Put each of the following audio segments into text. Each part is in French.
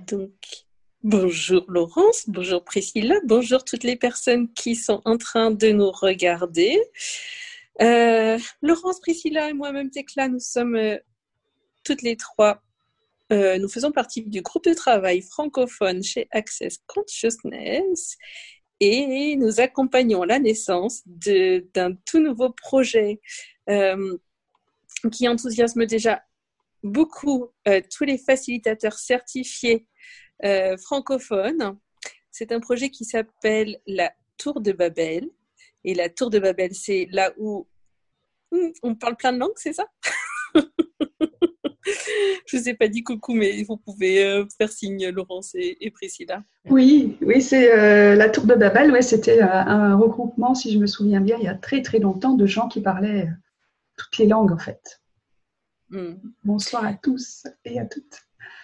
Donc, bonjour Laurence, bonjour Priscilla, bonjour toutes les personnes qui sont en train de nous regarder. Laurence, Priscilla et moi-même Tekla, nous sommes toutes les trois, nous faisons partie du groupe de travail francophone chez Access Consciousness et nous accompagnons la naissance d'un tout nouveau projet qui enthousiasme déjà beaucoup tous les facilitateurs certifiés francophones. C'est un projet qui s'appelle la Tour de Babel. Et la Tour de Babel, c'est là où on parle plein de langues, c'est ça? Je ne vous ai pas dit coucou, mais vous pouvez faire signe, Laurence et Priscilla. Oui, c'est la Tour de Babel. Ouais, c'était un regroupement, si je me souviens bien, il y a très très longtemps, de gens qui parlaient toutes les langues en fait. Bonsoir à tous et à toutes.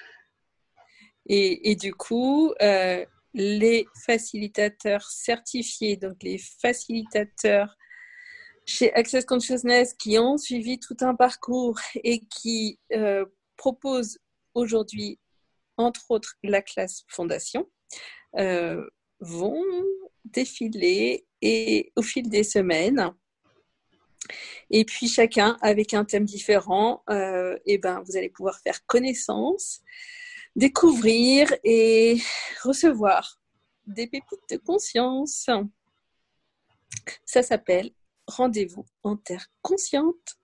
Et du coup, les facilitateurs certifiés, donc les facilitateurs chez Access Consciousness qui ont suivi tout un parcours et qui proposent aujourd'hui, entre autres, la classe Fondation, vont défiler et au fil des semaines. Et puis chacun avec un thème différent, et ben vous allez pouvoir faire connaissance, découvrir et recevoir des pépites de conscience. Ça s'appelle Rendez-vous en Terre Consciente.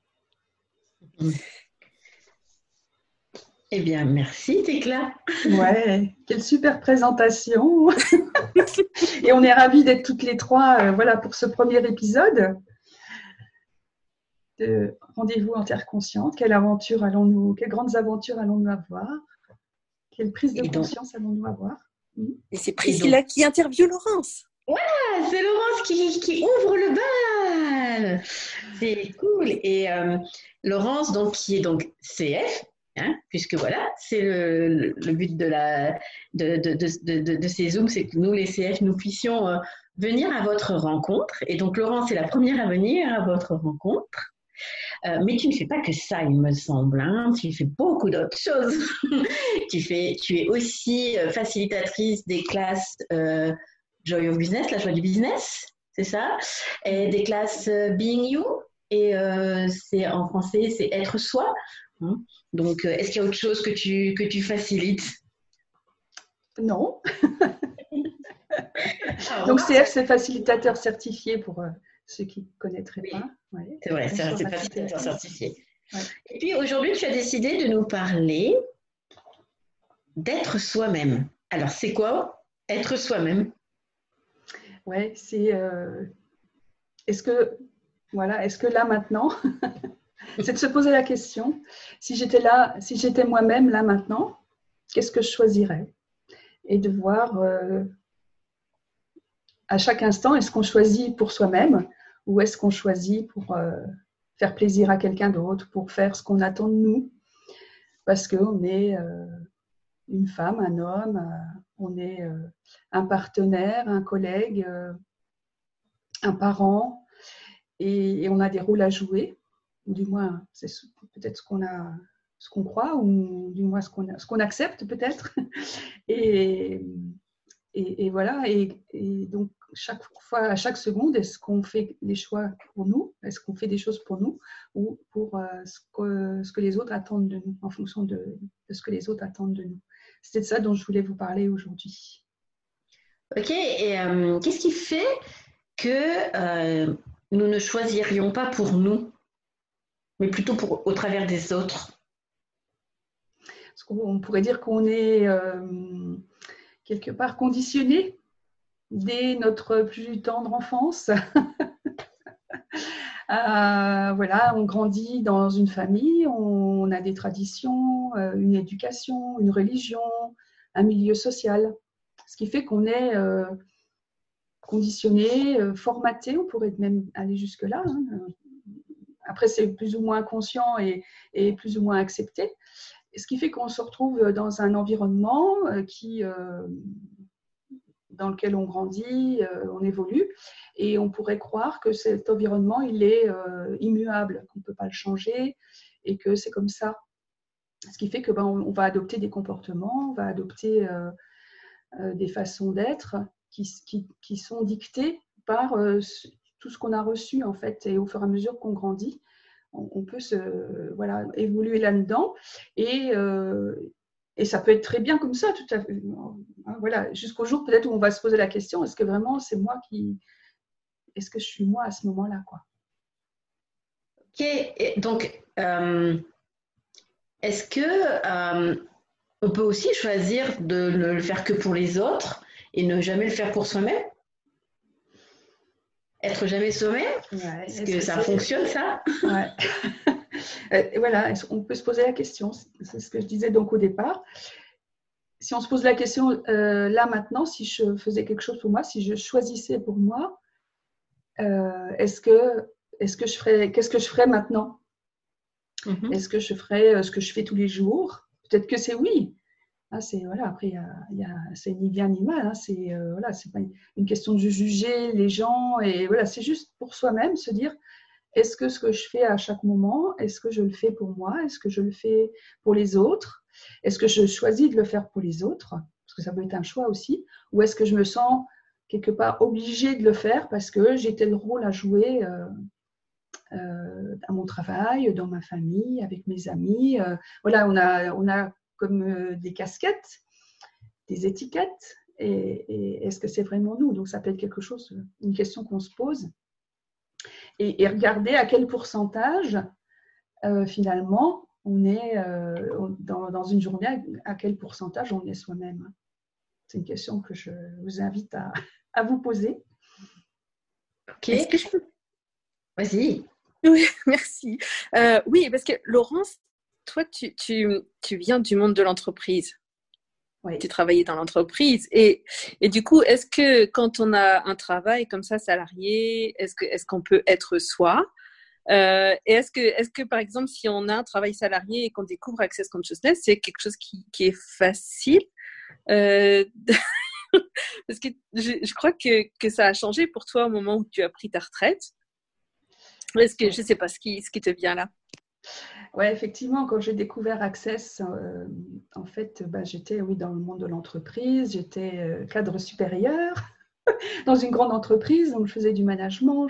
Eh bien, merci Tekla. Ouais, quelle super présentation. Et on est ravis d'être toutes les trois voilà, pour ce premier épisode de Rendez-vous en Terre Consciente. Quelle grandes aventures allons-nous avoir? Quelle prise de conscience allons-nous avoir? Et c'est Priscilla qui interviewe Laurence. Ouais, c'est Laurence qui ouvre le bal. C'est cool. Et Laurence, donc, qui est donc CF, hein, puisque voilà, c'est le but de ces Zooms, c'est que nous, les CF, nous puissions venir à votre rencontre. Et donc, Laurence est la première à venir à votre rencontre. Mais tu ne fais pas que ça, il me semble. Hein. Tu fais beaucoup d'autres choses. Tu es aussi facilitatrice des classes Joy of Business, la joie du business, c'est ça? Et des classes Being You, et c'est en français, c'est être soi. Donc, est-ce qu'il y a autre chose que tu facilites? Non. Donc, CF, c'est facilitateur certifié pour ceux qui ne connaîtraient pas. Ouais. C'est vrai, c'est facilitateur certifié. Ouais. Et puis, aujourd'hui, tu as décidé de nous parler d'être soi-même. Alors, c'est quoi être soi-même? Ouais, c'est est-ce que là maintenant, c'est de se poser la question, si j'étais moi-même là maintenant, qu'est-ce que je choisirais? Et de voir à chaque instant, est-ce qu'on choisit pour soi-même ou est-ce qu'on choisit pour faire plaisir à quelqu'un d'autre, pour faire ce qu'on attend de nous, parce qu'on est une femme, un homme, on est un partenaire, un collègue, un parent, et on a des rôles à jouer, du moins c'est peut-être ce qu'on croit, ou du moins ce qu'on accepte peut-être, et voilà, et donc chaque fois, à chaque seconde, est-ce qu'on fait les choix pour nous, est-ce qu'on fait des choses pour nous, ou pour ce que les autres attendent de nous, en fonction de ce que les autres attendent de nous. C'est de ça dont je voulais vous parler aujourd'hui. Ok, et qu'est-ce qui fait que nous ne choisirions pas pour nous, mais plutôt au travers des autres? Parce qu'on pourrait dire qu'on est quelque part conditionné dès notre plus tendre enfance. Voilà, on grandit dans une famille, on a des traditions, une éducation, une religion, un milieu social. Ce qui fait qu'on est conditionné, formaté, on pourrait même aller jusque-là. Hein. Après, c'est plus ou moins conscient et plus ou moins accepté. Ce qui fait qu'on se retrouve dans un environnement dans lequel on grandit, on évolue, et on pourrait croire que cet environnement, il est immuable, qu'on ne peut pas le changer, et que c'est comme ça. Ce qui fait que on va adopter des comportements, on va adopter des façons d'être qui sont dictées par tout ce qu'on a reçu en fait. Et au fur et à mesure qu'on grandit, on peut évoluer là-dedans. Et ça peut être très bien comme ça, tout à fait. Voilà, jusqu'au jour peut-être où on va se poser la question, est-ce que vraiment c'est moi est-ce que je suis moi à ce moment-là, quoi. Ok, et donc est-ce que on peut aussi choisir de ne le faire que pour les autres et ne jamais le faire pour soi-même? Être jamais soi-même? Ouais, Est-ce que ça fonctionne, ça? Ouais. Voilà, on peut se poser la question. C'est ce que je disais donc au départ. Si on se pose la question là maintenant, si je faisais quelque chose pour moi, si je choisissais pour moi, qu'est-ce que je ferais maintenant? Est-ce que je ferais ce que je fais tous les jours? Peut-être que c'est oui. Après, c'est ni bien ni mal. C'est pas une question de juger les gens. Et voilà, c'est juste pour soi-même se dire, est-ce que ce que je fais à chaque moment, est-ce que je le fais pour moi? Est-ce que je le fais pour les autres? Est-ce que je choisis de le faire pour les autres? Parce que ça peut être un choix aussi. Ou est-ce que je me sens quelque part obligée de le faire parce que j'ai tel rôle à jouer à mon travail, dans ma famille, avec mes amis. Voilà, on a comme des casquettes, des étiquettes. Et est-ce que c'est vraiment nous? Donc ça peut être quelque chose, une question qu'on se pose. Et regarder à quel pourcentage, finalement, on est dans une journée, à quel pourcentage on est soi-même. C'est une question que je vous invite à vous poser. Ok. Est-ce que je peux... Vas-y. Oui, merci. Oui, parce que Laurence, toi, tu viens du monde de l'entreprise. Oui. Tu travaillais dans l'entreprise. Et du coup, est-ce que quand on a un travail comme ça, salarié, est-ce qu'on peut être soi? Et est-ce que, par exemple, si on a un travail salarié et qu'on découvre Access Consciousness, c'est quelque chose qui est facile? Parce que je crois que ça a changé pour toi au moment où tu as pris ta retraite. Est-ce que je ne sais pas ce qui te vient là? Oui, effectivement, quand j'ai découvert Access, en fait, j'étais dans le monde de l'entreprise, j'étais cadre supérieur dans une grande entreprise, donc je faisais du management,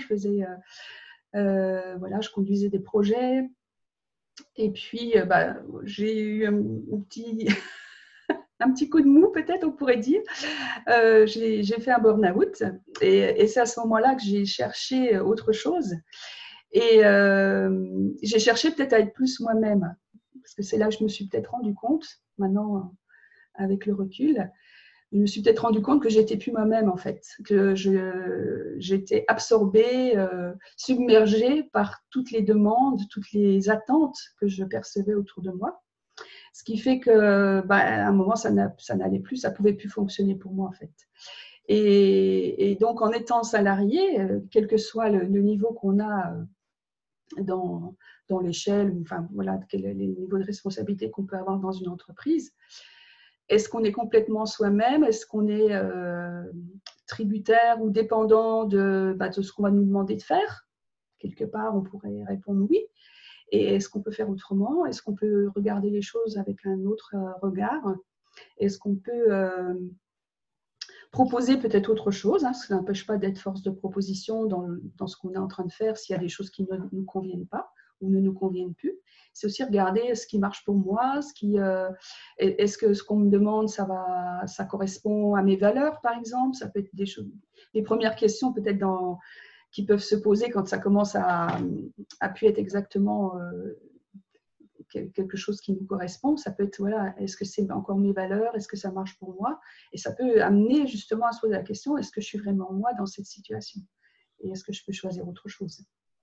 je conduisais des projets. Et puis, j'ai eu un petit, un petit coup de mou, peut-être, on pourrait dire. J'ai fait un burn-out et c'est à ce moment-là que j'ai cherché autre chose. Et j'ai cherché peut-être à être plus moi-même, parce que c'est là que je me suis peut-être rendu compte, maintenant, avec le recul, je me suis peut-être rendu compte que j'étais plus moi-même, en fait, que j'étais absorbée, submergée par toutes les demandes, toutes les attentes que je percevais autour de moi. Ce qui fait que, à un moment, ça n'allait plus, ça pouvait plus fonctionner pour moi, en fait. Et donc, en étant salarié, quel que soit le niveau qu'on a dans l'échelle, enfin voilà, les niveaux de responsabilité qu'on peut avoir dans une entreprise. Est-ce qu'on est complètement soi-même? Est-ce qu'on est tributaire ou dépendant de ce qu'on va nous demander de faire? Quelque part, on pourrait répondre oui. Et est-ce qu'on peut faire autrement? Est-ce qu'on peut regarder les choses avec un autre regard? Est-ce qu'on peut proposer peut-être autre chose, hein, ça n'empêche pas d'être force de proposition dans ce qu'on est en train de faire s'il y a des choses qui ne nous conviennent pas ou ne nous conviennent plus. C'est aussi regarder ce qui marche pour moi, est-ce que ce qu'on me demande, ça correspond à mes valeurs, par exemple. Ça peut être des choses, les premières questions peut-être qui peuvent se poser quand ça commence à pu être exactement quelque chose qui nous correspond. Ça peut être, voilà, est-ce que c'est encore mes valeurs? Est-ce que ça marche pour moi? Et ça peut amener justement à se poser la question, est-ce que je suis vraiment moi dans cette situation? Et est-ce que je peux choisir autre chose?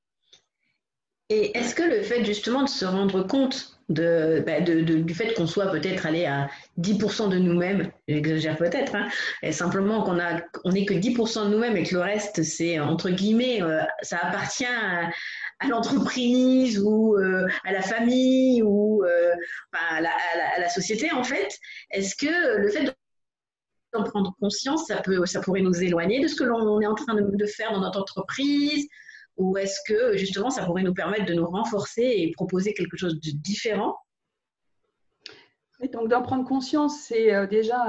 Et est-ce que le fait justement de se rendre compte du fait qu'on soit peut-être allé à 10% de nous-mêmes, j'exagère peut-être, hein, et simplement on n'est que 10% de nous-mêmes et que le reste, c'est entre guillemets, ça appartient à l'entreprise ou à la famille ou à la société en fait, est-ce que le fait d'en prendre conscience, ça pourrait nous éloigner de ce que l'on est en train de faire dans notre entreprise? Ou est-ce que justement ça pourrait nous permettre de nous renforcer et proposer quelque chose de différent? Et donc, d'en prendre conscience, c'est déjà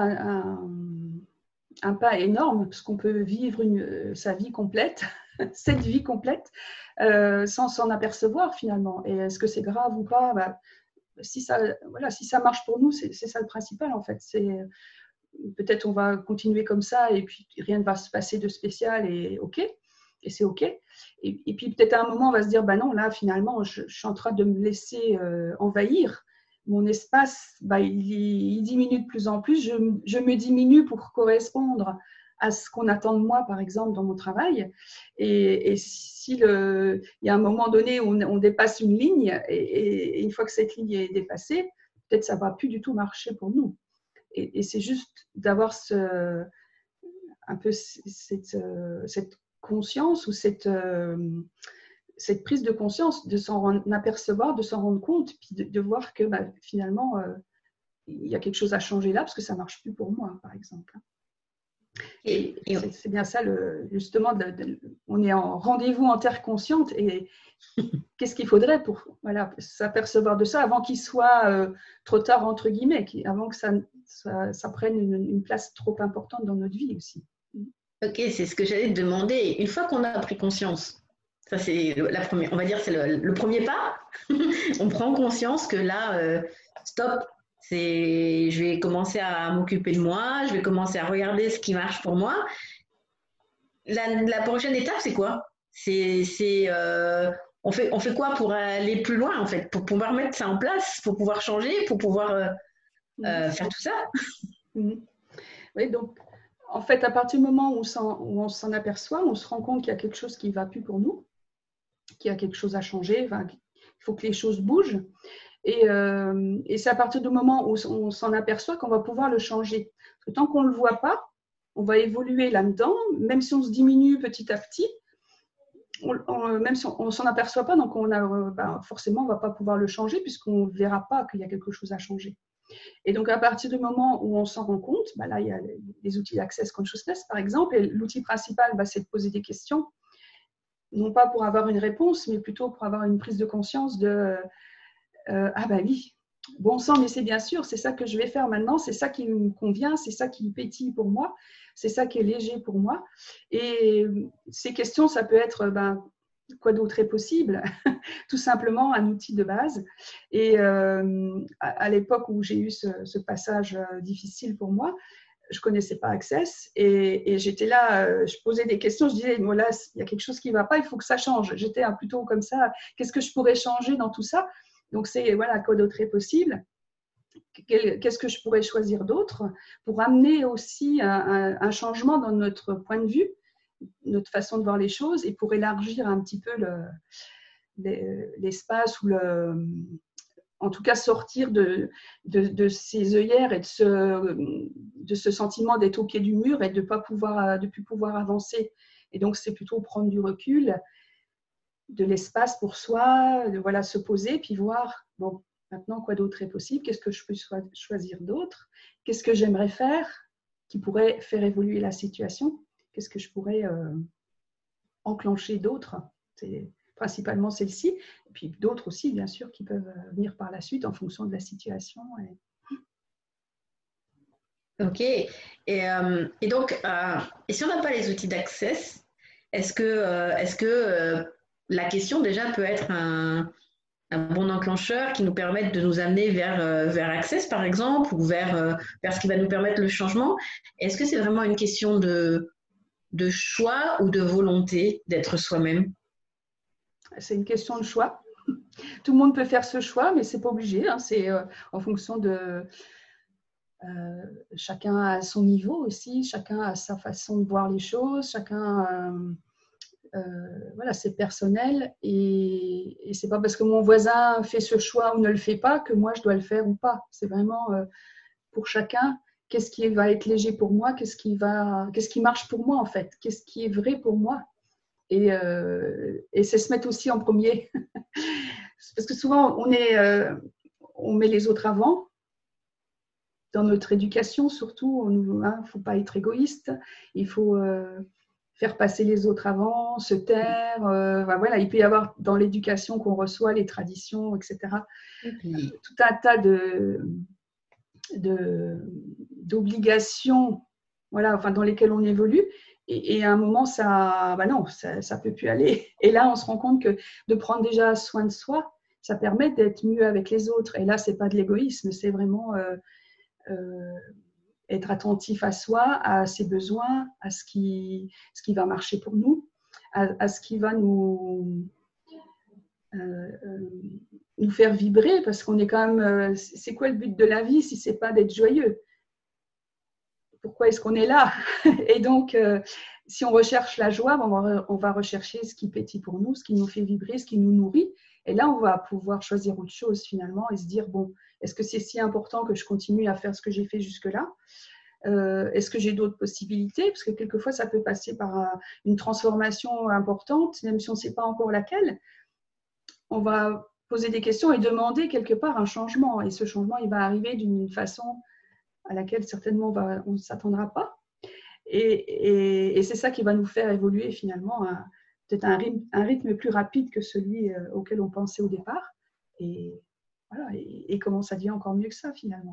un pas énorme, parce qu'on peut vivre sa vie complète, cette vie complète, sans s'en apercevoir finalement. Et est-ce que c'est grave ou pas? Si ça marche pour nous, c'est ça le principal en fait. Peut-être on va continuer comme ça et puis rien ne va se passer de spécial et ok, et c'est ok. Et puis peut-être à un moment on va se dire, non, là finalement je suis en train de me laisser envahir. Mon espace, il diminue de plus en plus. Je me diminue pour correspondre à ce qu'on attend de moi, par exemple, dans mon travail. Et si il y a un moment donné où on dépasse une ligne, et une fois que cette ligne est dépassée, peut-être ça ne va plus du tout marcher pour nous. Et c'est juste d'avoir un peu cette conscience ou cette prise de conscience, de s'en apercevoir, de s'en rendre compte, puis de voir que finalement, il y a quelque chose à changer là, parce que ça ne marche plus pour moi, par exemple. Et c'est bien ça, justement, on est en rendez-vous en terre consciente, et qu'est-ce qu'il faudrait pour s'apercevoir de ça avant qu'il soit trop tard, entre guillemets, avant que ça prenne une place trop importante dans notre vie aussi. Ok, c'est ce que j'allais te demander. Une fois qu'on a pris conscience, ça c'est la première, on va dire c'est le premier pas. On prend conscience que là, stop, je vais commencer à m'occuper de moi, je vais commencer à regarder ce qui marche pour moi. La prochaine étape, c'est quoi? On fait quoi pour aller plus loin en fait, pour pouvoir mettre ça en place, pour pouvoir changer, pour pouvoir faire tout ça? Oui, donc en fait, à partir du moment où on s'en aperçoit, on se rend compte qu'il y a quelque chose qui ne va plus pour nous, qu'il y a quelque chose à changer, il faut que les choses bougent. Et c'est à partir du moment où on s'en aperçoit qu'on va pouvoir le changer. Parce que tant qu'on ne le voit pas, on va évoluer là-dedans, même si on se diminue petit à petit, même si on ne s'en aperçoit pas, donc forcément, on ne va pas pouvoir le changer puisqu'on ne verra pas qu'il y a quelque chose à changer. Et donc, à partir du moment où on s'en rend compte, là, il y a les outils d'Access Consciousness, par exemple, et l'outil principal, c'est de poser des questions, non pas pour avoir une réponse, mais plutôt pour avoir une prise de conscience de oui, bon sang, mais c'est bien sûr, c'est ça que je vais faire maintenant, c'est ça qui me convient, c'est ça qui pétille pour moi, c'est ça qui est léger pour moi. Et ces questions, ça peut être quoi d'autre est possible? Tout simplement un outil de base. Et à l'époque où j'ai eu ce passage difficile pour moi, je ne connaissais pas Access et j'étais là, je posais des questions, je disais, là, il y a quelque chose qui ne va pas, il faut que ça change. J'étais plutôt comme ça, qu'est-ce que je pourrais changer dans tout ça? Donc, c'est quoi d'autre est possible? Qu'est-ce que je pourrais choisir d'autre pour amener aussi un changement dans notre point de vue, notre façon de voir les choses et pour élargir un petit peu l'espace ou en tout cas sortir de ces œillères et de ce sentiment d'être au pied du mur et de ne plus pouvoir avancer. Et donc, c'est plutôt prendre du recul, de l'espace pour soi, de se poser, puis voir, bon, maintenant, quoi d'autre est possible? Qu'est-ce que je peux choisir d'autre? Qu'est-ce que j'aimerais faire qui pourrait faire évoluer la situation? Qu'est-ce que je pourrais enclencher d'autres? C'est principalement celle-ci, et puis d'autres aussi, bien sûr, qui peuvent venir par la suite en fonction de la situation. Ok. Et donc, et si on n'a pas les outils d'Access, est-ce que la question déjà peut être un bon enclencheur qui nous permette de nous amener vers Access, par exemple, ou vers ce qui va nous permettre le changement? Est-ce que c'est vraiment une question de choix ou de volonté d'être soi-même? C'est une question de choix. Tout le monde peut faire ce choix, mais ce n'est pas obligé. C'est en fonction de... chacun à son niveau aussi, chacun a sa façon de voir les choses, chacun... c'est personnel et c'est pas parce que mon voisin fait ce choix ou ne le fait pas que moi je dois le faire ou pas. C'est vraiment pour chacun, qu'est-ce qui va être léger pour moi, qu'est-ce qui marche pour moi en fait, qu'est-ce qui est vrai pour moi. Et c'est se mettre aussi en premier. Parce que souvent on met les autres avant. Dans notre éducation surtout, il ne faut pas être égoïste, il faut faire passer les autres avant, se taire. Il peut y avoir dans l'éducation qu'on reçoit, les traditions, etc. Tout un tas d'obligations, voilà, enfin, dans lesquelles on évolue. Et à un moment, ça peut plus aller. Et là, on se rend compte que de prendre déjà soin de soi, ça permet d'être mieux avec les autres. Et là, c'est pas de l'égoïsme, c'est vraiment être attentif à soi, à ses besoins, à ce qui va marcher pour nous, à ce qui va nous faire vibrer, parce qu'on est quand même. C'est quoi le but de la vie si c'est pas d'être joyeux? Pourquoi est-ce qu'on est là? Et donc, si on recherche la joie, on va rechercher ce qui pétille pour nous, ce qui nous fait vibrer, ce qui nous nourrit. Et là, on va pouvoir choisir autre chose finalement et se dire, bon, est-ce que c'est si important que je continue à faire ce que j'ai fait jusque-là? Est-ce que j'ai d'autres possibilités? Parce que quelquefois, ça peut passer par une transformation importante, même si on ne sait pas encore laquelle. On va poser des questions et demander quelque part un changement. Et ce changement, il va arriver d'une façon à laquelle certainement on ne s'attendra pas. Et c'est ça qui va nous faire évoluer finalement peut-être un rythme plus rapide que celui auquel on pensait au départ. Et voilà, et comment ça devient encore mieux que ça finalement.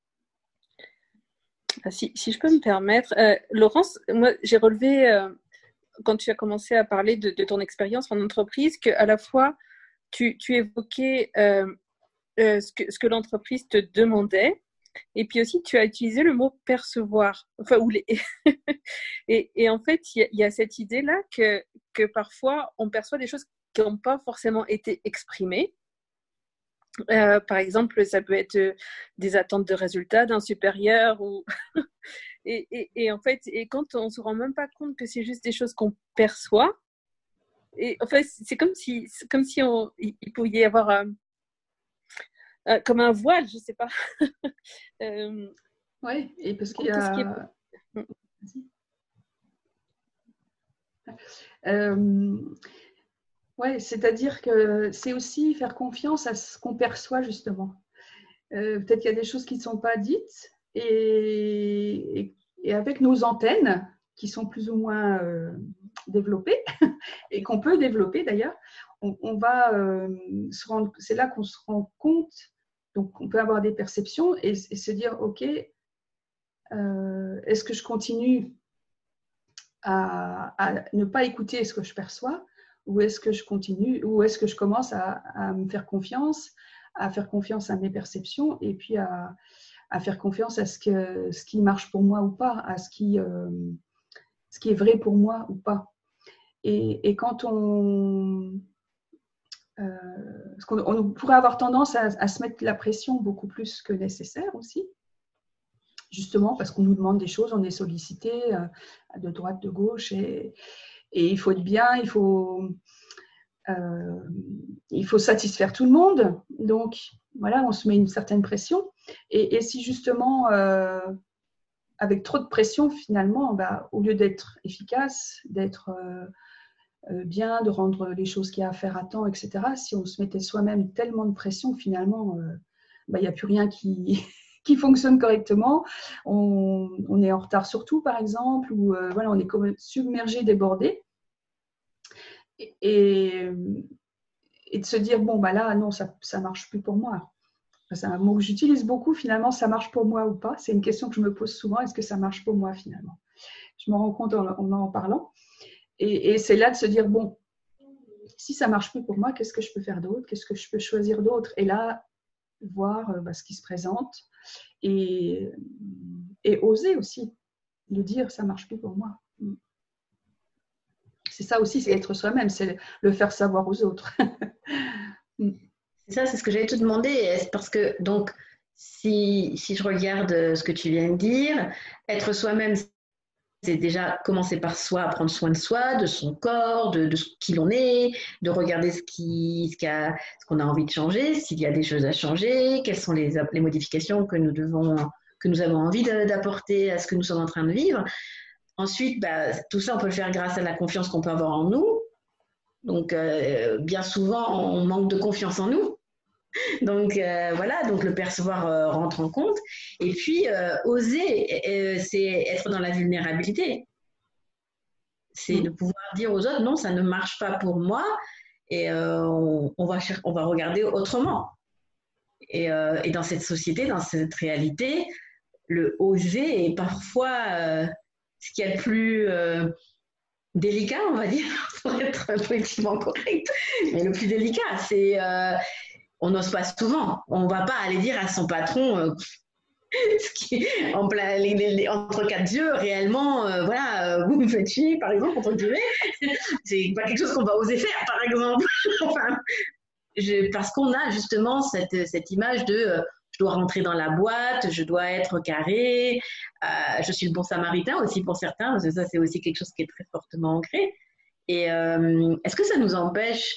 Si je peux me permettre, Laurence, moi j'ai relevé quand tu as commencé à parler de ton expérience en entreprise qu'à la fois tu évoquais ce que l'entreprise te demandait. Et puis aussi, tu as utilisé le mot percevoir. Enfin, et en fait, il y a cette idée-là que parfois, on perçoit des choses qui n'ont pas forcément été exprimées. Par exemple, ça peut être des attentes de résultats d'un supérieur. Et en fait, quand on ne se rend même pas compte que c'est juste des choses qu'on perçoit, et en fait, c'est comme si il pouvait y avoir... comme un voile, je ne sais pas. Oui, et parce qu'il y a... Oui, c'est-à-dire que c'est aussi faire confiance à ce qu'on perçoit justement. Peut-être qu'il y a des choses qui ne sont pas dites et avec nos antennes qui sont plus ou moins développées et qu'on peut développer d'ailleurs, on va se rendre, c'est là qu'on se rend compte. Donc, on peut avoir des perceptions et se dire, OK, est-ce que je continue à ne pas écouter ce que je perçois ou est-ce que je continue, ou est-ce que je commence à me faire confiance, à faire confiance à mes perceptions et puis à faire confiance à ce qui marche pour moi ou pas, à ce qui est vrai pour moi ou pas. Et quand on pourrait avoir tendance à se mettre la pression beaucoup plus que nécessaire aussi, justement parce qu'on nous demande des choses, on est sollicité de droite, de gauche, et il faut être bien, il faut satisfaire tout le monde. Donc, voilà, on se met une certaine pression. Et si justement, avec trop de pression, finalement, au lieu d'être efficace, d'être bien, de rendre les choses qu'il y a à faire à temps, etc., si on se mettait soi-même tellement de pression, finalement, il n'y a plus rien qui fonctionne correctement. On est en retard sur tout, par exemple, ou voilà, on est submergé, débordé. Et de se dire, bon, là, non, ça ne marche plus pour moi. C'est un mot que j'utilise beaucoup, finalement, ça marche pour moi ou pas. C'est une question que je me pose souvent, est-ce que ça marche pour moi, finalement? Je me rends compte en parlant. Et c'est là de se dire, bon, si ça ne marche plus pour moi, qu'est-ce que je peux faire d'autre? Qu'est-ce que je peux choisir d'autre? Et là, voir ce qui se présente et oser aussi de dire, ça ne marche plus pour moi. C'est ça aussi, c'est être soi-même, c'est le faire savoir aux autres. C'est ça, c'est ce que j'allais te demander, parce que donc, si je regarde ce que tu viens de dire, être soi-même, c'est déjà commencer par soi, à prendre soin de soi, de son corps, de qui l'on est, de regarder ce qu'on a envie de changer, s'il y a des choses à changer, quelles sont les modifications que nous avons envie d'apporter à ce que nous sommes en train de vivre. Ensuite, tout ça, on peut le faire grâce à la confiance qu'on peut avoir en nous. Donc, bien souvent, on manque de confiance en nous. Donc, voilà, donc le percevoir rentre en compte. Et puis, oser, c'est être dans la vulnérabilité. C'est de pouvoir dire aux autres, non, ça ne marche pas pour moi, et on va regarder autrement. Et dans cette société, dans cette réalité, le oser est parfois ce qu'il y a de plus délicat, on va dire, pour être politiquement correct. Mais le plus délicat, c'est on n'ose pas souvent. On ne va pas aller dire à son patron ce qui est entre quatre yeux, réellement, voilà, vous me faites chier, par exemple, entre guillemets. C'est pas quelque chose qu'on va oser faire, par exemple. Enfin, parce qu'on a justement cette image de je dois rentrer dans la boîte, je dois être carré, je suis le bon samaritain aussi pour certains, parce que ça c'est aussi quelque chose qui est très fortement ancré. Et est-ce que ça nous empêche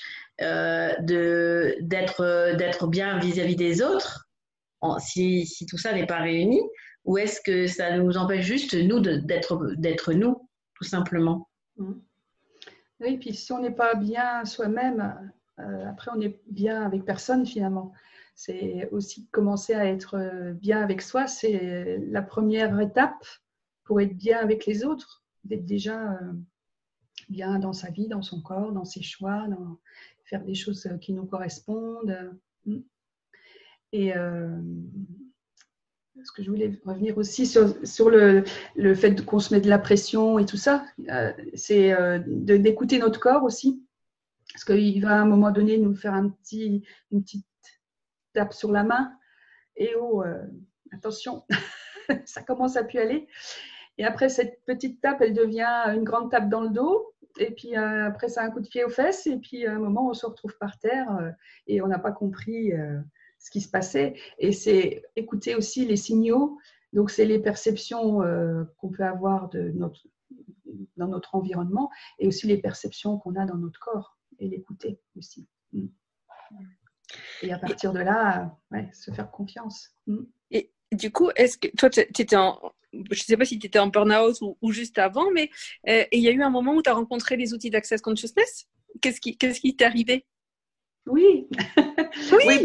d'être bien vis-à-vis des autres si tout ça n'est pas réuni, ou est-ce que ça nous empêche juste nous d'être nous, tout simplement? Oui, puis si on n'est pas bien soi-même, après on n'est bien avec personne finalement. C'est aussi commencer à être bien avec soi, c'est la première étape pour être bien avec les autres, d'être déjà bien dans sa vie, dans son corps, dans ses choix, faire des choses qui nous correspondent. Et ce que je voulais revenir aussi sur le fait qu'on se met de la pression et tout ça, c'est d'écouter notre corps aussi. Parce qu'il va à un moment donné nous faire une petite tape sur la main. Et attention, ça commence à plus aller. Et après, cette petite tape, elle devient une grande tape dans le dos. Et puis après, ça a un coup de pied aux fesses. Et puis à un moment, on se retrouve par terre et on n'a pas compris ce qui se passait. Et c'est écouter aussi les signaux. Donc, c'est les perceptions qu'on peut avoir dans notre environnement et aussi les perceptions qu'on a dans notre corps et l'écouter aussi. Et à partir de là, se faire confiance. Et du coup, est-ce que toi, je ne sais pas si tu étais en burn-out ou juste avant, mais il y a eu un moment où tu as rencontré les outils d'Access Consciousness. Qu'est-ce qui t'est arrivé? Oui, oui,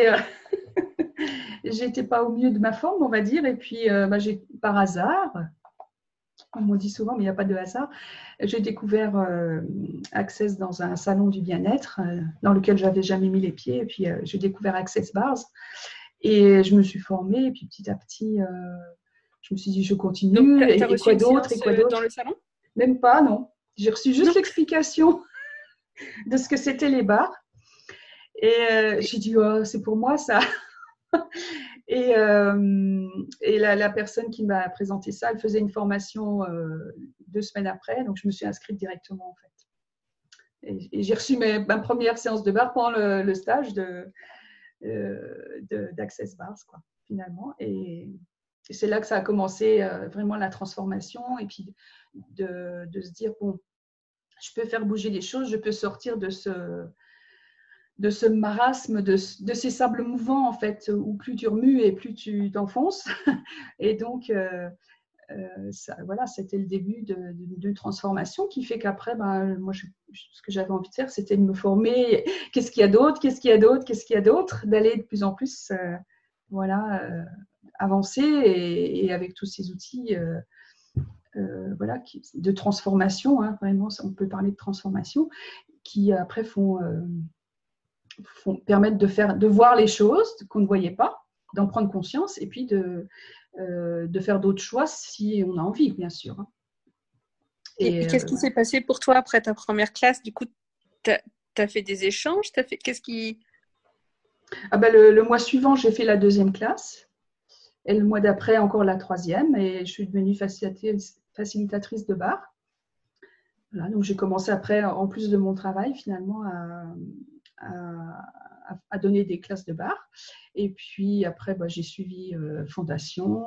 j'étais pas au mieux de ma forme, on va dire, et puis par hasard, on me dit souvent, mais il n'y a pas de hasard, j'ai découvert Access dans un salon du bien-être dans lequel je n'avais jamais mis les pieds, et puis j'ai découvert Access Bars, et je me suis formée, et puis petit à petit, je me suis dit, je continue. Donc, et quoi d'autre dans le salon? Même pas, non. J'ai reçu juste l'explication de ce que c'était les bars. Et j'ai dit, oh, c'est pour moi ça. Et la personne qui m'a présenté ça, elle faisait une formation 2 semaines après, donc je me suis inscrite directement en fait. Et j'ai reçu ma première séance de bar pendant le stage d'Access Bars, quoi, finalement. Et c'est là que ça a commencé vraiment la transformation, et puis de se dire, bon, je peux faire bouger les choses, je peux sortir de ce marasme, de ces sables mouvants, en fait, où plus tu remues et plus tu t'enfonces. Et donc, voilà, c'était le début d'une transformation qui fait qu'après, moi, ce que j'avais envie de faire, c'était de me former. Qu'est-ce qu'il y a d'autre? Qu'est-ce qu'il y a d'autre? Qu'est-ce qu'il y a d'autre? D'aller de plus en plus, avancer et avec tous ces outils voilà, de transformation, hein, vraiment, on peut parler de transformation, qui après permettre de voir les choses qu'on ne voyait pas, d'en prendre conscience et puis de faire d'autres choix si on a envie, bien sûr. Et qu'est-ce qui s'est passé pour toi après ta première classe? Du coup, tu as fait des échanges? Qu'est-ce qui... le mois suivant, j'ai fait la 2e classe. Et le mois d'après, encore la 3e. Et je suis devenue facilitatrice de bar. Voilà, donc j'ai commencé après, en plus de mon travail, finalement, à donner des classes de bar. Et puis après, j'ai suivi fondation.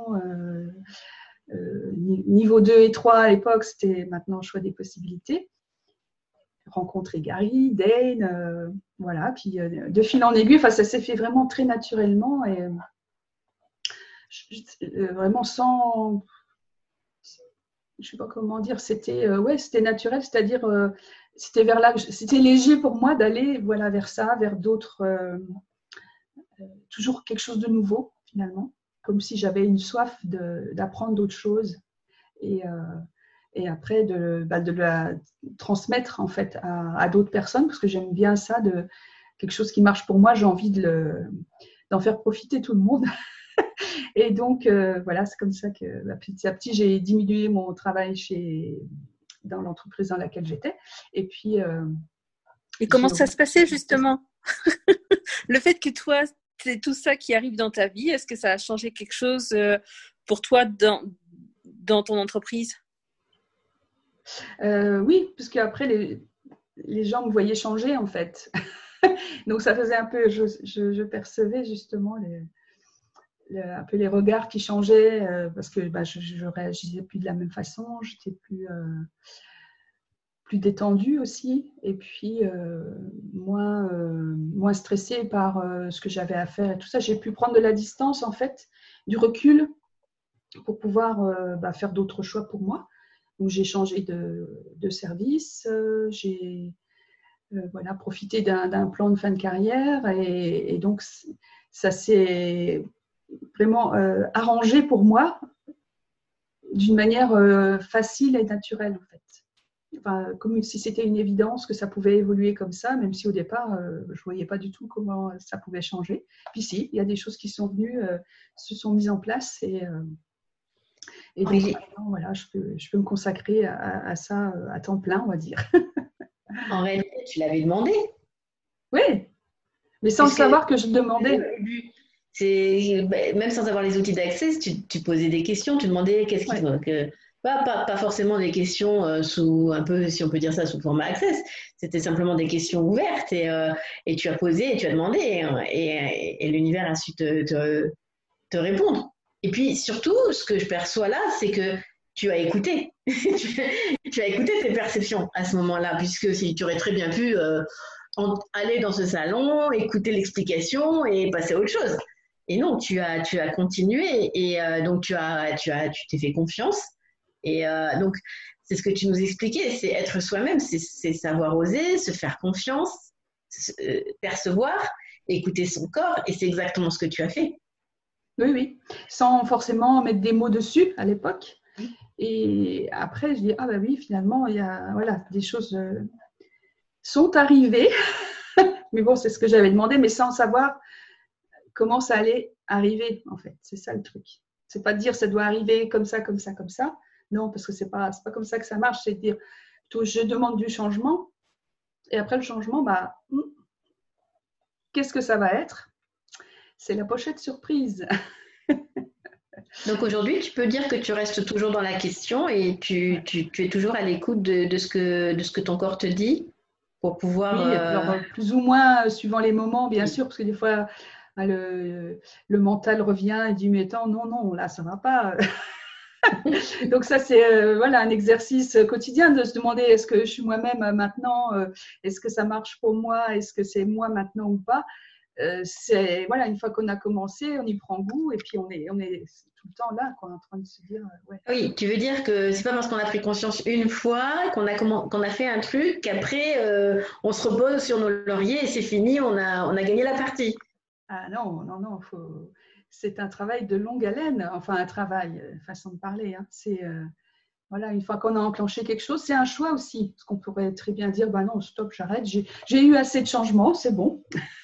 Niveau 2 et 3 à l'époque, c'était maintenant choix des possibilités. Rencontrer Gary, Dane, voilà. Puis de fil en aiguille, ça s'est fait vraiment très naturellement et vraiment sans... Je ne sais pas comment dire, c'était naturel, c'est-à-dire c'était vers là, c'était léger pour moi d'aller vers ça, vers d'autres, toujours quelque chose de nouveau finalement, comme si j'avais une soif d'apprendre d'autres choses et après de la transmettre en fait à d'autres personnes, parce que j'aime bien ça, quelque chose qui marche pour moi, j'ai envie de d'en faire profiter tout le monde. Et donc, voilà, c'est comme ça que petit à petit, j'ai diminué mon travail dans l'entreprise dans laquelle j'étais. Et puis… et comment ça se passait justement? Le fait que toi, c'est tout ça qui arrive dans ta vie, est-ce que ça a changé quelque chose pour toi dans ton entreprise? Oui, parce qu'après, les gens me voyaient changer en fait. Donc ça faisait un peu, je percevais justement un peu les regards qui changeaient parce que je réagissais plus de la même façon, j'étais plus détendue aussi et puis moins stressée par ce que j'avais à faire et tout ça. J'ai pu prendre de la distance en fait, du recul pour pouvoir faire d'autres choix pour moi. Donc j'ai changé de service, j'ai profité d'un plan de fin de carrière et donc ça s'est vraiment arrangé pour moi d'une manière facile et naturelle en fait. Enfin, comme si c'était une évidence que ça pouvait évoluer comme ça, même si au départ je ne voyais pas du tout comment ça pouvait changer. Puis si, il y a des choses qui sont venues, se sont mises en place et donc maintenant, voilà, je peux me consacrer à ça à temps plein, on va dire. En réalité, tu l'avais demandé. Oui, mais sans le savoir que je demandais. Même sans avoir les outils d'accès, tu posais des questions, tu demandais qu'est-ce qu'il faut. Pas forcément des questions sous, un peu, si on peut dire ça, sous format access. C'était simplement des questions ouvertes et tu as posé et tu as demandé et l'univers a su te répondre. Et puis surtout, ce que je perçois là, c'est que tu as écouté. tu as écouté tes perceptions à ce moment-là, puisque si tu aurais très bien pu aller dans ce salon, écouter l'explication et passer à autre chose. Et non, tu as continué et donc tu t'es fait confiance. Et donc, c'est ce que tu nous expliquais, c'est être soi-même, c'est savoir oser, se faire confiance, percevoir, écouter son corps, et c'est exactement ce que tu as fait. Oui, oui, sans forcément mettre des mots dessus à l'époque. Et après, je dis, ah bah oui, finalement, il y a des choses sont arrivées. Mais bon, c'est ce que j'avais demandé, mais sans savoir comment ça allait arriver, en fait. C'est ça le truc. C'est pas de dire ça doit arriver comme ça, comme ça, comme ça. Non, parce que c'est pas comme ça que ça marche. C'est de dire, plutôt, je demande du changement. Et après le changement, qu'est-ce que ça va être? C'est la pochette surprise. Donc aujourd'hui, tu peux dire que tu restes toujours dans la question et tu es toujours à l'écoute de ce que ton corps te dit pour pouvoir… Oui, alors plus ou moins suivant les moments, bien sûr, parce que des fois, le mental revient et dit, mais attends, non, là, ça ne va pas. Donc ça, c'est un exercice quotidien de se demander, est-ce que je suis moi-même maintenant? Est-ce que ça marche pour moi? Est-ce que c'est moi maintenant ou pas? C'est une fois qu'on a commencé, on y prend goût et puis on est tout le temps là, quoi, en train de se dire ouais. Oui, tu veux dire que c'est pas parce qu'on a pris conscience une fois qu'on a fait un truc qu'après on se repose sur nos lauriers et c'est fini, on a gagné la partie. Ah non, c'est un travail de longue haleine, enfin un travail, façon de parler, hein. C'est une fois qu'on a enclenché quelque chose, c'est un choix aussi, parce qu'on pourrait très bien dire non, stop, j'arrête, j'ai eu assez de changements, c'est bon.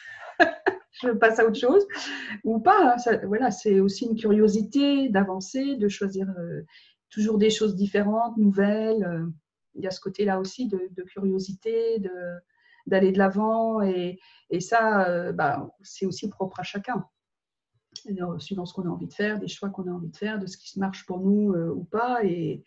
Je passe à autre chose ou pas. C'est aussi une curiosité d'avancer, de choisir toujours des choses différentes, nouvelles. Il y a ce côté-là aussi de curiosité, d'aller de l'avant et ça, c'est aussi propre à chacun. Suivant ce qu'on a envie de faire, des choix qu'on a envie de faire, de ce qui marche pour nous ou pas et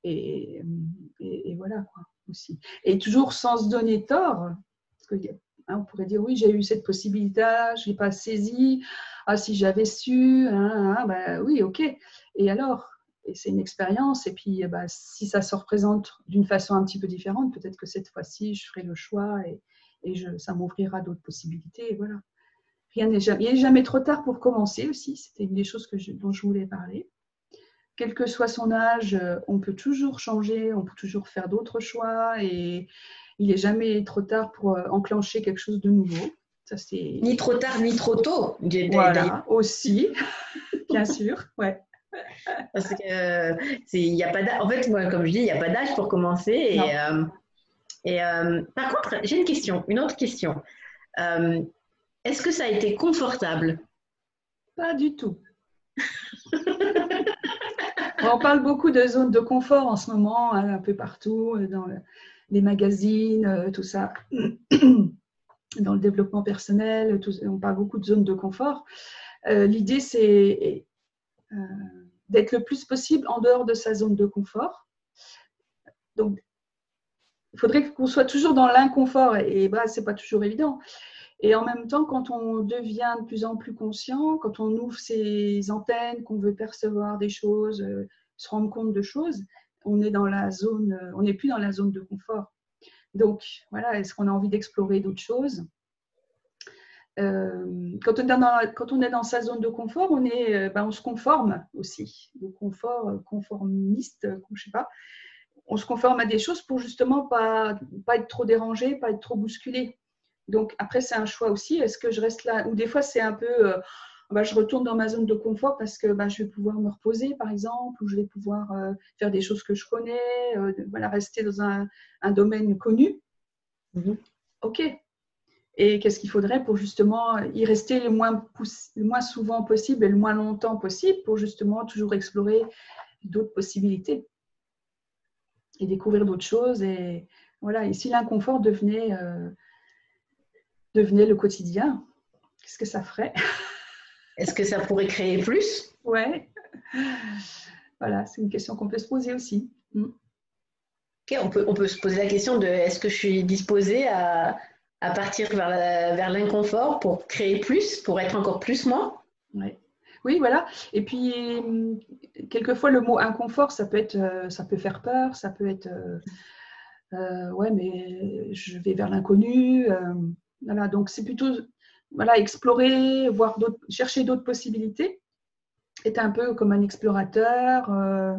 voilà quoi aussi. Et toujours sans se donner tort, parce que on pourrait dire, oui, j'ai eu cette possibilité, je ne l'ai pas saisie. Ah, si j'avais su, oui, ok. Et alors, c'est une expérience. Et puis, si ça se représente d'une façon un petit peu différente, peut-être que cette fois-ci, je ferai le choix et ça m'ouvrira d'autres possibilités. Et voilà. Il n'est jamais trop tard pour commencer aussi. C'était une des choses dont je voulais parler. Quel que soit son âge, on peut toujours changer, on peut toujours faire d'autres choix et il n'est jamais trop tard pour enclencher quelque chose de nouveau. Ça, c'est… Ni trop tard, ni trop tôt. Voilà, aussi, bien sûr. Ouais. Parce que y a pas d'âge. En fait, moi, comme je dis, il n'y a pas d'âge pour commencer. Par contre, j'ai une autre question. Est-ce que ça a été confortable Pas du tout. On parle beaucoup de zones de confort en ce moment, hein, un peu partout, dans les magazines, tout ça, dans le développement personnel, on parle beaucoup de zones de confort. L'idée, c'est d'être le plus possible en dehors de sa zone de confort. Donc, il faudrait qu'on soit toujours dans l'inconfort et ce n'est pas toujours évident. Et en même temps, quand on devient de plus en plus conscient, quand on ouvre ses antennes, qu'on veut percevoir des choses, se rendre compte de choses, on n'est plus dans la zone de confort. Donc, voilà, est-ce qu'on a envie d'explorer d'autres choses ? Quand on est dans sa zone de confort, on se conforme aussi. Le confort conformiste, je sais pas. On se conforme à des choses pour justement pas être trop dérangé, pas être trop bousculé. Donc après, c'est un choix aussi. Est-ce que je reste là ? Ou des fois, c'est un peu, je retourne dans ma zone de confort parce que je vais pouvoir me reposer, par exemple, ou je vais pouvoir faire des choses que je connais, rester dans un domaine connu. Mm-hmm. Ok. Et qu'est-ce qu'il faudrait pour justement y rester le moins souvent possible et le moins longtemps possible pour justement toujours explorer d'autres possibilités et découvrir d'autres choses. Et voilà. Et si l'inconfort devenait le quotidien, qu'est-ce que ça ferait ? Est-ce que ça pourrait créer plus ? Ouais. Voilà, c'est une question qu'on peut se poser aussi. Okay, on peut se poser la question de est-ce que je suis disposée à partir vers l'inconfort pour créer plus, pour être encore plus moi ? Ouais. Oui, voilà. Et puis, quelquefois, le mot inconfort, ça peut faire peur, ça peut être ouais, mais je vais vers l'inconnu. Voilà, donc c'est plutôt explorer, chercher d'autres possibilités, être un peu comme un explorateur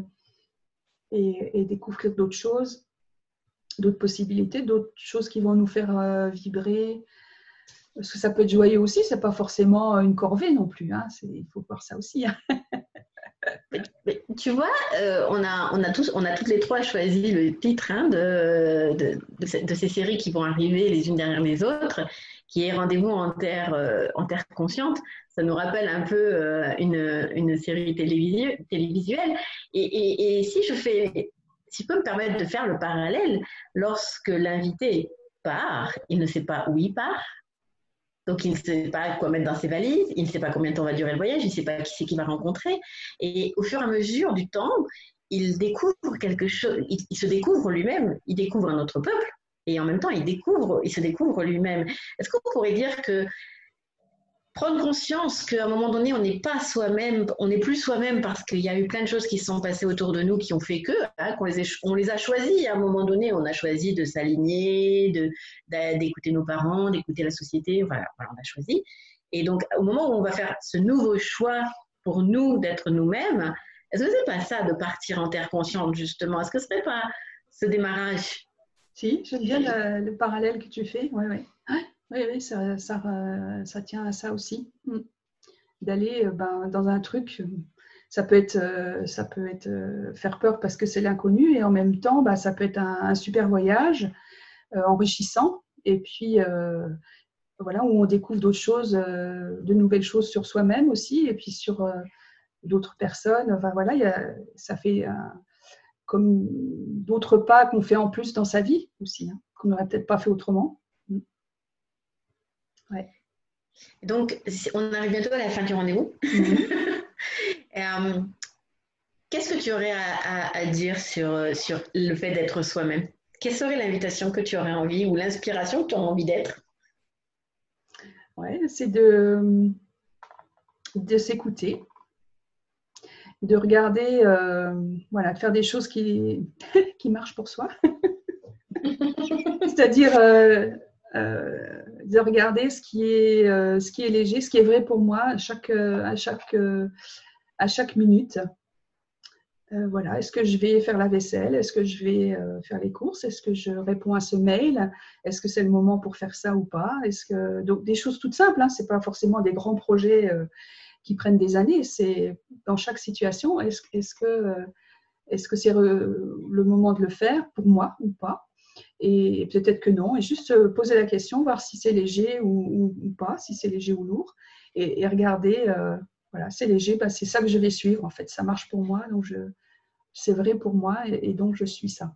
et découvrir d'autres choses, d'autres possibilités, d'autres choses qui vont nous faire vibrer. Parce que ça peut être joyeux aussi, c'est pas forcément une corvée non plus. Hein. Il faut voir ça aussi. Hein. Mais tu vois, on a toutes les trois choisi le titre de ces séries qui vont arriver les unes derrière les autres, qui est Rendez-vous en terre consciente. Ça nous rappelle un peu une série télévisuelle. Et si je peux me permettre de faire le parallèle, lorsque l'invité part, il ne sait pas où il part. Donc, il ne sait pas quoi mettre dans ses valises, il ne sait pas combien de temps va durer le voyage, il ne sait pas qui c'est qu'il va rencontrer. Et au fur et à mesure du temps, il découvre quelque chose, il se découvre lui-même, il découvre un autre peuple, et en même temps, il se découvre lui-même. Est-ce qu'on pourrait dire que prendre conscience qu'à un moment donné, on n'est pas soi-même, on n'est plus soi-même parce qu'il y a eu plein de choses qui se sont passées autour de nous qui ont fait qu'on les a choisis. À un moment donné, on a choisi de s'aligner, d'écouter nos parents, d'écouter la société. Voilà, on a choisi. Et donc, au moment où on va faire ce nouveau choix pour nous d'être nous-mêmes, est-ce que c'est pas ça de partir en terre consciente, justement ? Est-ce que ce serait pas ce démarrage ? Si, j'aime bien le parallèle que tu fais. Oui. Oui, ça tient à ça aussi. D'aller dans un truc, ça peut être faire peur parce que c'est l'inconnu et en même temps, ça peut être un super voyage enrichissant et puis où on découvre d'autres choses, de nouvelles choses sur soi-même aussi et puis sur d'autres personnes. Enfin voilà, ça fait comme d'autres pas qu'on fait en plus dans sa vie aussi, hein, qu'on n'aurait peut-être pas fait autrement. Ouais. Donc, on arrive bientôt à la fin du rendez-vous. Qu'est-ce que tu aurais à dire sur le fait d'être soi-même ? Quelle serait l'invitation que tu aurais envie ou l'inspiration que tu aurais envie d'être ? Ouais, c'est de s'écouter, de regarder, de faire des choses qui marchent pour soi. C'est-à-dire de regarder ce qui est léger, ce qui est vrai pour moi à chaque minute. Est-ce que je vais faire la vaisselle ? Est-ce que je vais faire les courses ? Est-ce que je réponds à ce mail ? Est-ce que c'est le moment pour faire ça ou pas ? Donc des choses toutes simples, hein, c'est pas forcément des grands projets qui prennent des années. C'est dans chaque situation. Est-ce que c'est le moment de le faire pour moi ou pas ? Et peut-être que non. Et juste poser la question, voir si c'est léger ou pas, si c'est léger ou lourd, et regarder voilà, c'est léger, c'est ça que je vais suivre en fait. Ça marche pour moi, donc c'est vrai pour moi et donc je suis ça.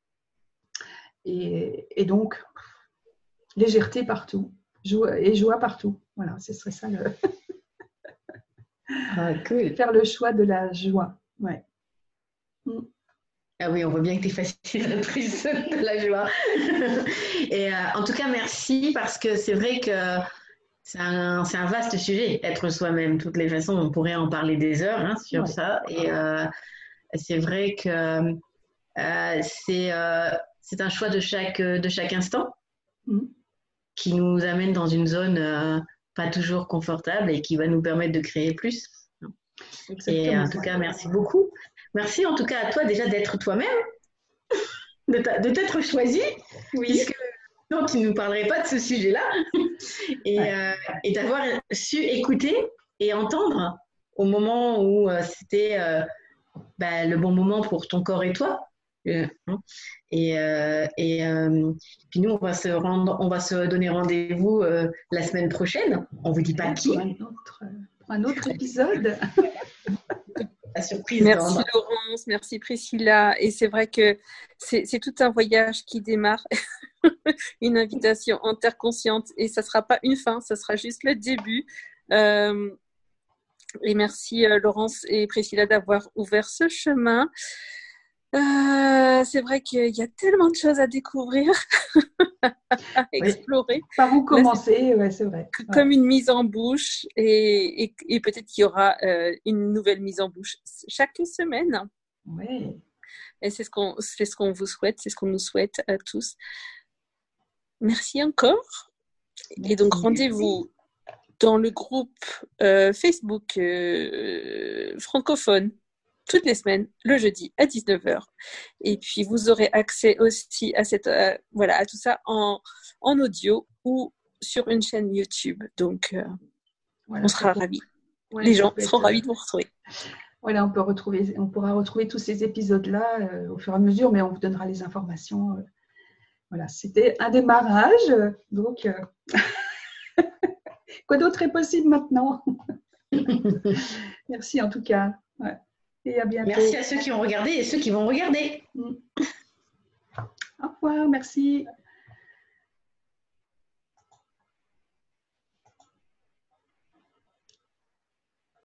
Et donc, légèreté partout, joie partout. Voilà, ce serait ça Cool. Faire le choix de la joie. Ouais. Ah oui, on voit bien que tu es facilitatrice de la joie. Et en tout cas, merci parce que c'est vrai que c'est un vaste sujet, être soi-même. De toutes les façons, on pourrait en parler des heures sur ça. Et c'est vrai que c'est un choix de chaque instant qui nous amène dans une zone pas toujours confortable et qui va nous permettre de créer plus. Exactement. Et en tout cas, merci beaucoup. Merci en tout cas à toi déjà d'être toi-même, de t'être choisi, puisque non, tu ne nous parlerais pas de ce sujet-là, et d'avoir su écouter et entendre au moment où c'était le bon moment pour ton corps et toi. Et puis nous, on va se donner rendez-vous la semaine prochaine. On vous dit pas qui. Un autre épisode. La surprise. Merci Laurence, merci Priscilla. Et c'est vrai que c'est tout un voyage qui démarre, une invitation interconsciente. Et ça ne sera pas une fin, ça sera juste le début. Et merci Laurence et Priscilla d'avoir ouvert ce chemin. C'est vrai qu'il y a tellement de choses à découvrir, à explorer. Par où commencer, c'est vrai. Comme une mise en bouche et peut-être qu'il y aura une nouvelle mise en bouche chaque semaine. Oui. Et c'est ce qu'on vous souhaite, c'est ce qu'on nous souhaite à tous. Merci encore. Merci. Et donc rendez-vous dans le groupe Facebook francophone toutes les semaines, le jeudi à 19h. Et puis, vous aurez accès aussi à à tout ça en audio ou sur une chaîne YouTube. Donc, on sera ravis. Les gens seront ravis de vous retrouver. Voilà, on pourra retrouver tous ces épisodes-là au fur et à mesure, mais on vous donnera les informations. Voilà, c'était un démarrage. Donc, quoi d'autre est possible maintenant? Merci en tout cas. Ouais. Et à bientôt. Merci à ceux qui ont regardé et ceux qui vont regarder. Au revoir, merci.